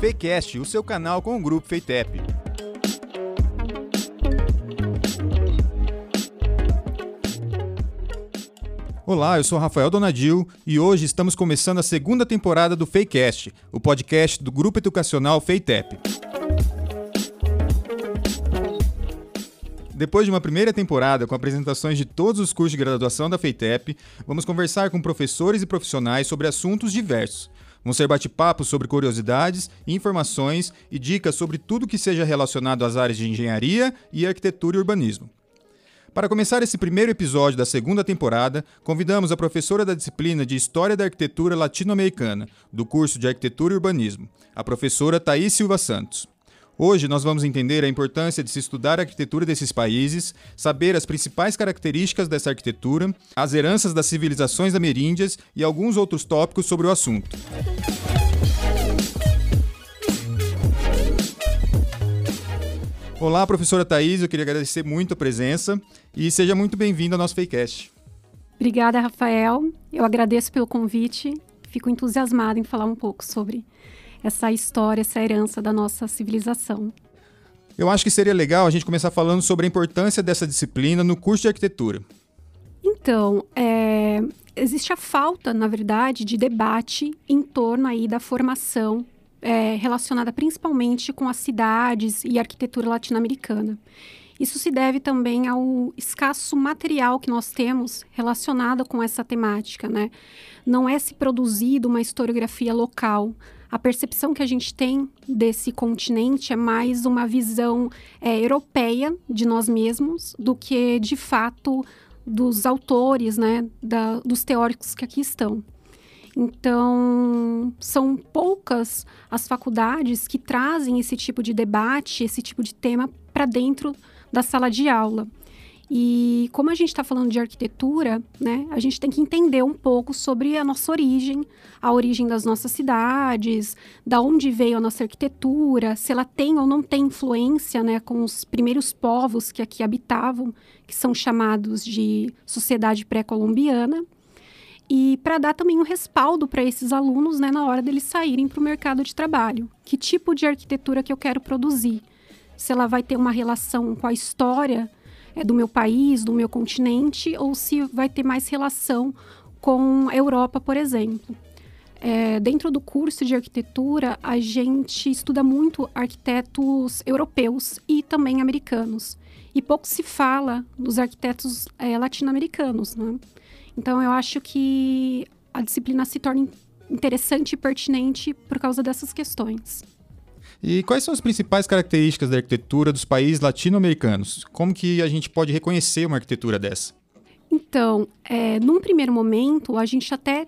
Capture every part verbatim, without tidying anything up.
FEICast, o seu canal com o Grupo FEITEP. Olá, eu sou Rafael Donadil e hoje estamos começando a segunda temporada do FEICast, o podcast do Grupo Educacional FEITEP. Depois de uma primeira temporada com apresentações de todos os cursos de graduação da FEITEP, vamos conversar com professores e profissionais sobre assuntos diversos. Vão ser bate-papos sobre curiosidades, informações e dicas sobre tudo que seja relacionado às áreas de engenharia e arquitetura e urbanismo. Para começar esse primeiro episódio da segunda temporada, convidamos a professora da disciplina de História da Arquitetura Latino-Americana, do curso de Arquitetura e Urbanismo, a professora Thaís Silva Santos. Hoje nós vamos entender a importância de se estudar a arquitetura desses países, saber as principais características dessa arquitetura, as heranças das civilizações ameríndias e alguns outros tópicos sobre o assunto. Olá, professora Thaís, eu queria agradecer muito a presença e seja muito bem-vinda ao nosso FEICast. Obrigada, Rafael. Eu agradeço pelo convite, fico entusiasmada em falar um pouco sobre essa história, essa herança da nossa civilização. Eu acho que seria legal a gente começar falando sobre a importância dessa disciplina no curso de arquitetura. Então, é, existe a falta, na verdade, de debate em torno aí da formação é, relacionada principalmente com as cidades e arquitetura latino-americana. Isso se deve também ao escasso material que nós temos relacionado com essa temática, né? Não é se produzido uma historiografia local. A percepção que a gente tem desse continente é mais uma visão é, europeia de nós mesmos do que, de fato, dos autores, né, da, dos teóricos que aqui estão. Então, são poucas as faculdades que trazem esse tipo de debate, esse tipo de tema para dentro da sala de aula. E como a gente está falando de arquitetura, né, a gente tem que entender um pouco sobre a nossa origem, a origem das nossas cidades, da onde veio a nossa arquitetura, se ela tem ou não tem influência, né, com os primeiros povos que aqui habitavam, que são chamados de sociedade pré-colombiana, e para dar também um respaldo para esses alunos, né, na hora deles saírem para o mercado de trabalho. Que tipo de arquitetura que eu quero produzir? Se ela vai ter uma relação com a história é, do meu país, do meu continente, ou se vai ter mais relação com a Europa, por exemplo. É, dentro do curso de arquitetura, a gente estuda muito arquitetos europeus e também americanos. E pouco se fala dos arquitetos é, latino-americanos, né? Então, eu acho que a disciplina se torna interessante e pertinente por causa dessas questões. E quais são as principais características da arquitetura dos países latino-americanos? Como que a gente pode reconhecer uma arquitetura dessa? Então, é, num primeiro momento, a gente até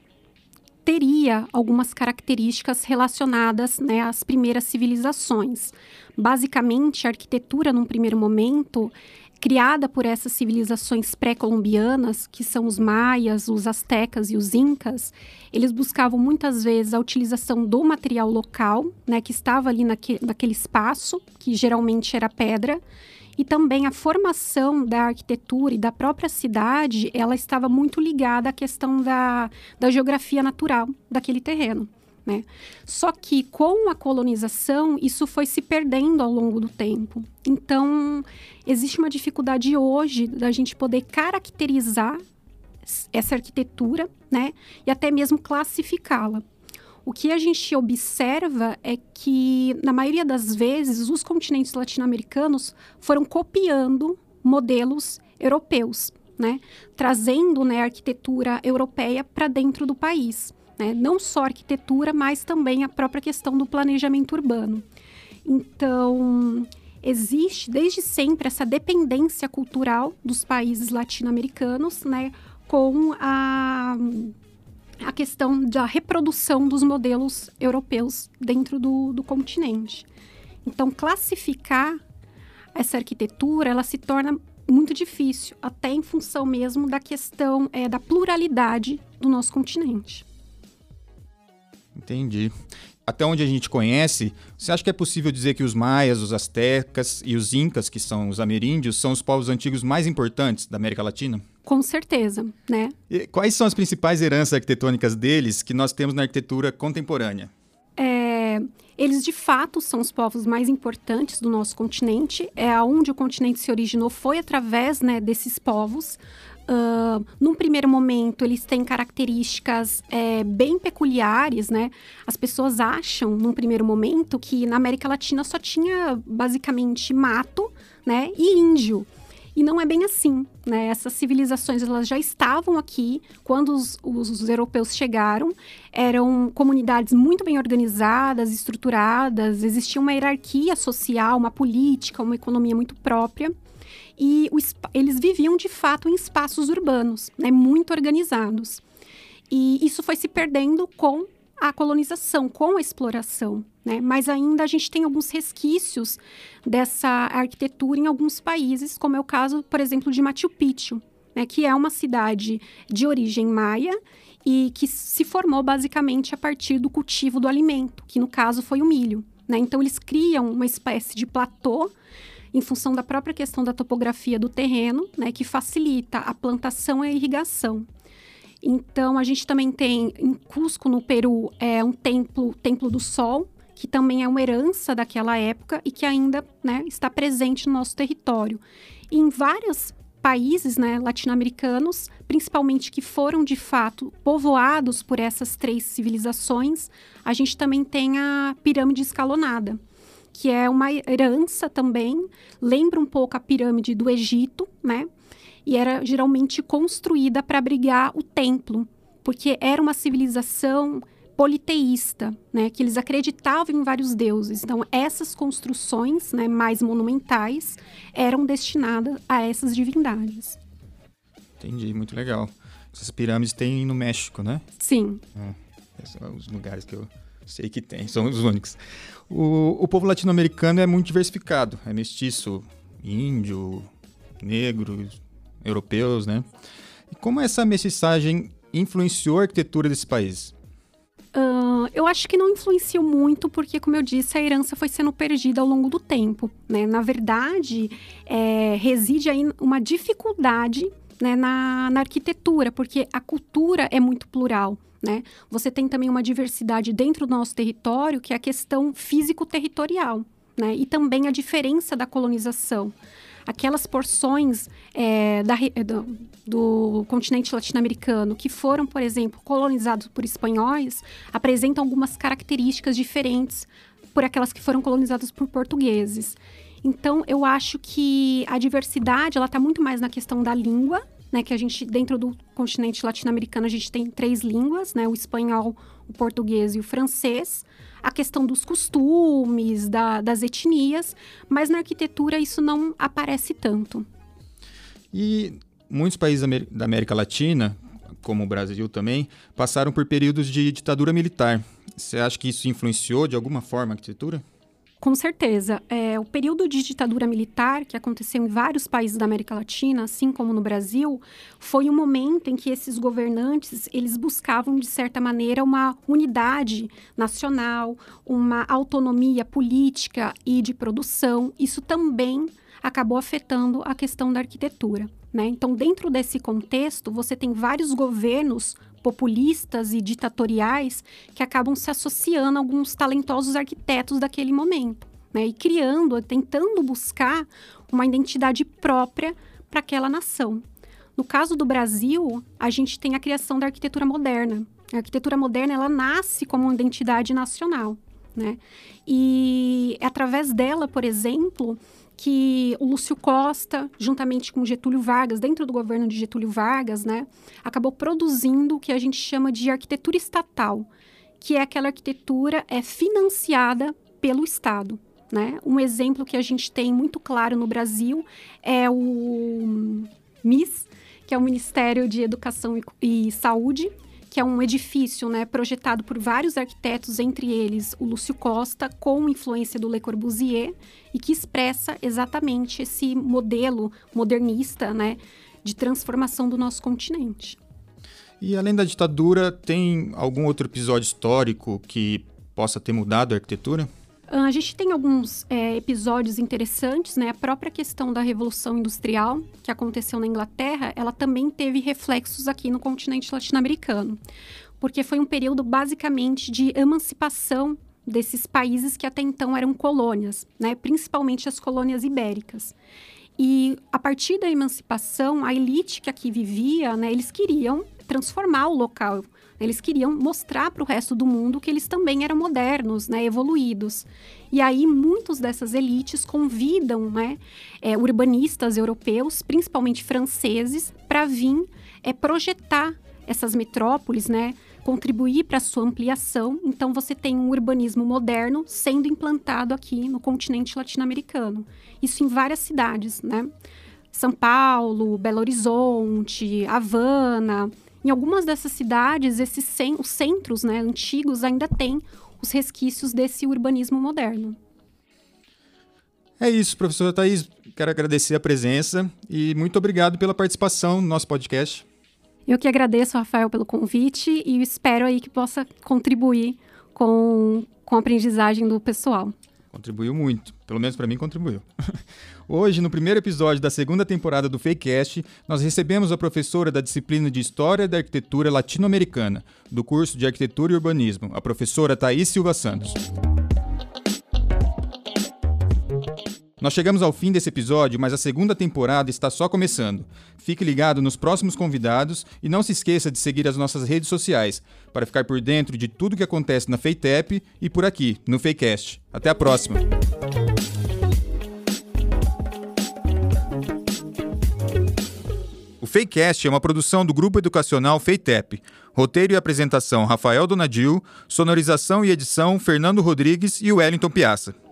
teria algumas características relacionadas, né, às primeiras civilizações. Basicamente, a arquitetura, num primeiro momento, criada por essas civilizações pré-colombianas, que são os maias, os astecas e os incas, eles buscavam muitas vezes a utilização do material local, né, que estava ali naque, naquele espaço, que geralmente era pedra, e também a formação da arquitetura e da própria cidade, ela estava muito ligada à questão da, da geografia natural daquele terreno, né? Só que com a colonização, isso foi se perdendo ao longo do tempo. Então, existe uma dificuldade hoje da gente poder caracterizar essa arquitetura, né? E até mesmo classificá-la. O que a gente observa é que, na maioria das vezes, os continentes latino-americanos foram copiando modelos europeus, né? Trazendo, né, a arquitetura europeia para dentro do país. Né? Não só a arquitetura, mas também a própria questão do planejamento urbano. Então, existe desde sempre essa dependência cultural dos países latino-americanos, né, com a, a questão da reprodução dos modelos europeus dentro do, do continente. Então, classificar essa arquitetura, ela se torna muito difícil, até em função mesmo da questão é, da pluralidade do nosso continente. Entendi. Até onde a gente conhece, você acha que é possível dizer que os maias, os astecas e os incas, que são os ameríndios, são os povos antigos mais importantes da América Latina? Com certeza, né? E quais são as principais heranças arquitetônicas deles que nós temos na arquitetura contemporânea? É, eles de fato são os povos mais importantes do nosso continente, é aonde o continente se originou, foi através, né, desses povos. Uh, num primeiro momento, eles têm características é, bem peculiares, né? As pessoas acham, num primeiro momento, que na América Latina só tinha, basicamente, mato, né, e índio. E não é bem assim, né? Essas civilizações, elas já estavam aqui quando os, os, os europeus chegaram. Eram comunidades muito bem organizadas, estruturadas, existia uma hierarquia social, uma política, uma economia muito própria. E o, eles viviam, de fato, em espaços urbanos, né, muito organizados. E isso foi se perdendo com a colonização, com a exploração, né? Mas ainda a gente tem alguns resquícios dessa arquitetura em alguns países, como é o caso, por exemplo, de Machu Picchu, né, que é uma cidade de origem maia e que se formou basicamente a partir do cultivo do alimento, que no caso foi o milho, né? Então, eles criam uma espécie de platô em função da própria questão da topografia do terreno, né, que facilita a plantação e a irrigação. Então, a gente também tem, em Cusco, no Peru, é um templo, Templo do Sol, que também é uma herança daquela época e que ainda, né, está presente no nosso território. E em vários países, né, latino-americanos, principalmente que foram, de fato, povoados por essas três civilizações, a gente também tem a pirâmide escalonada, que é uma herança também, lembra um pouco a pirâmide do Egito, né? E era geralmente construída para abrigar o templo, porque era uma civilização politeísta, né? Que eles acreditavam em vários deuses. Então, essas construções, né, mais monumentais eram destinadas a essas divindades. Entendi, muito legal. Essas pirâmides tem no México, né? Sim. É, esses são os lugares que eu sei que tem, são os únicos. O, o povo latino-americano é muito diversificado, é mestiço, índio, negro, europeus, né? E como essa mestiçagem influenciou a arquitetura desse país? Uh, eu acho que não influenciou muito, porque, como eu disse, a herança foi sendo perdida ao longo do tempo, né? Na verdade, é, reside aí uma dificuldade, né, na, na arquitetura, porque a cultura é muito plural, né? Você tem também uma diversidade dentro do nosso território, que é a questão físico-territorial, né? E também a diferença da colonização. Aquelas porções é, da, do, do continente latino-americano que foram, por exemplo, colonizados por espanhóis, apresentam algumas características diferentes por aquelas que foram colonizadas por portugueses. Então, eu acho que a diversidade ela está muito mais na questão da língua, né, que a gente, dentro do continente latino-americano, a gente tem três línguas, né, o espanhol, o português e o francês. A questão dos costumes, da, das etnias, mas na arquitetura isso não aparece tanto. E muitos países da América Latina, como o Brasil também, passaram por períodos de ditadura militar. Você acha que isso influenciou de alguma forma a arquitetura? Com certeza. É, o período de ditadura militar, que aconteceu em vários países da América Latina, assim como no Brasil, foi um momento em que esses governantes, eles buscavam, de certa maneira, uma unidade nacional, uma autonomia política e de produção. Isso também acabou afetando a questão da arquitetura, né? Então, dentro desse contexto, você tem vários governos populistas e ditatoriais que acabam se associando a alguns talentosos arquitetos daquele momento, né? E criando, tentando buscar uma identidade própria para aquela nação. No caso do Brasil, a gente tem a criação da arquitetura moderna. A arquitetura moderna, ela nasce como uma identidade nacional, né? E é através dela, por exemplo, que o Lúcio Costa, juntamente com Getúlio Vargas, dentro do governo de Getúlio Vargas, né, acabou produzindo o que a gente chama de arquitetura estatal, que é aquela arquitetura é financiada pelo Estado, né? Um exemplo que a gente tem muito claro no Brasil é o M I S, que é o Ministério de Educação e, e Saúde, que é um edifício, né, projetado por vários arquitetos, entre eles o Lúcio Costa, com influência do Le Corbusier, e que expressa exatamente esse modelo modernista, né, de transformação do nosso continente. E além da ditadura, tem algum outro episódio histórico que possa ter mudado a arquitetura? A gente tem alguns é, episódios interessantes, né? A própria questão da Revolução Industrial, que aconteceu na Inglaterra, ela também teve reflexos aqui no continente latino-americano, porque foi um período basicamente de emancipação desses países que até então eram colônias, né? Principalmente as colônias ibéricas. E a partir da emancipação, a elite que aqui vivia, né, eles queriam transformar o local. Eles queriam mostrar para o resto do mundo que eles também eram modernos, né, evoluídos. E aí, muitos dessas elites convidam, né, é, urbanistas europeus, principalmente franceses, para vir é, projetar essas metrópoles, né, contribuir para a sua ampliação. Então, você tem um urbanismo moderno sendo implantado aqui no continente latino-americano. Isso em várias cidades, né? São Paulo, Belo Horizonte, Havana. Em algumas dessas cidades, esses cen- os centros, né, antigos ainda têm os resquícios desse urbanismo moderno. É isso, professora Thaís. Quero agradecer a presença e muito obrigado pela participação no nosso podcast. Eu que agradeço, Rafael, pelo convite e espero aí que possa contribuir com, com a aprendizagem do pessoal. Contribuiu muito, pelo menos para mim contribuiu. Hoje, no primeiro episódio da segunda temporada do FEICast, nós recebemos a professora da disciplina de História da Arquitetura Latino-Americana, do curso de Arquitetura e Urbanismo, a professora Thaís Silva Santos. Nós chegamos ao fim desse episódio, mas a segunda temporada está só começando. Fique ligado nos próximos convidados e não se esqueça de seguir as nossas redes sociais para ficar por dentro de tudo que acontece na FEITEP e por aqui, no FEICast. Até a próxima! O FEICast é uma produção do Grupo Educacional FEITEP. Roteiro e apresentação Rafael Donadil, sonorização e edição Fernando Rodrigues e Wellington Piazza.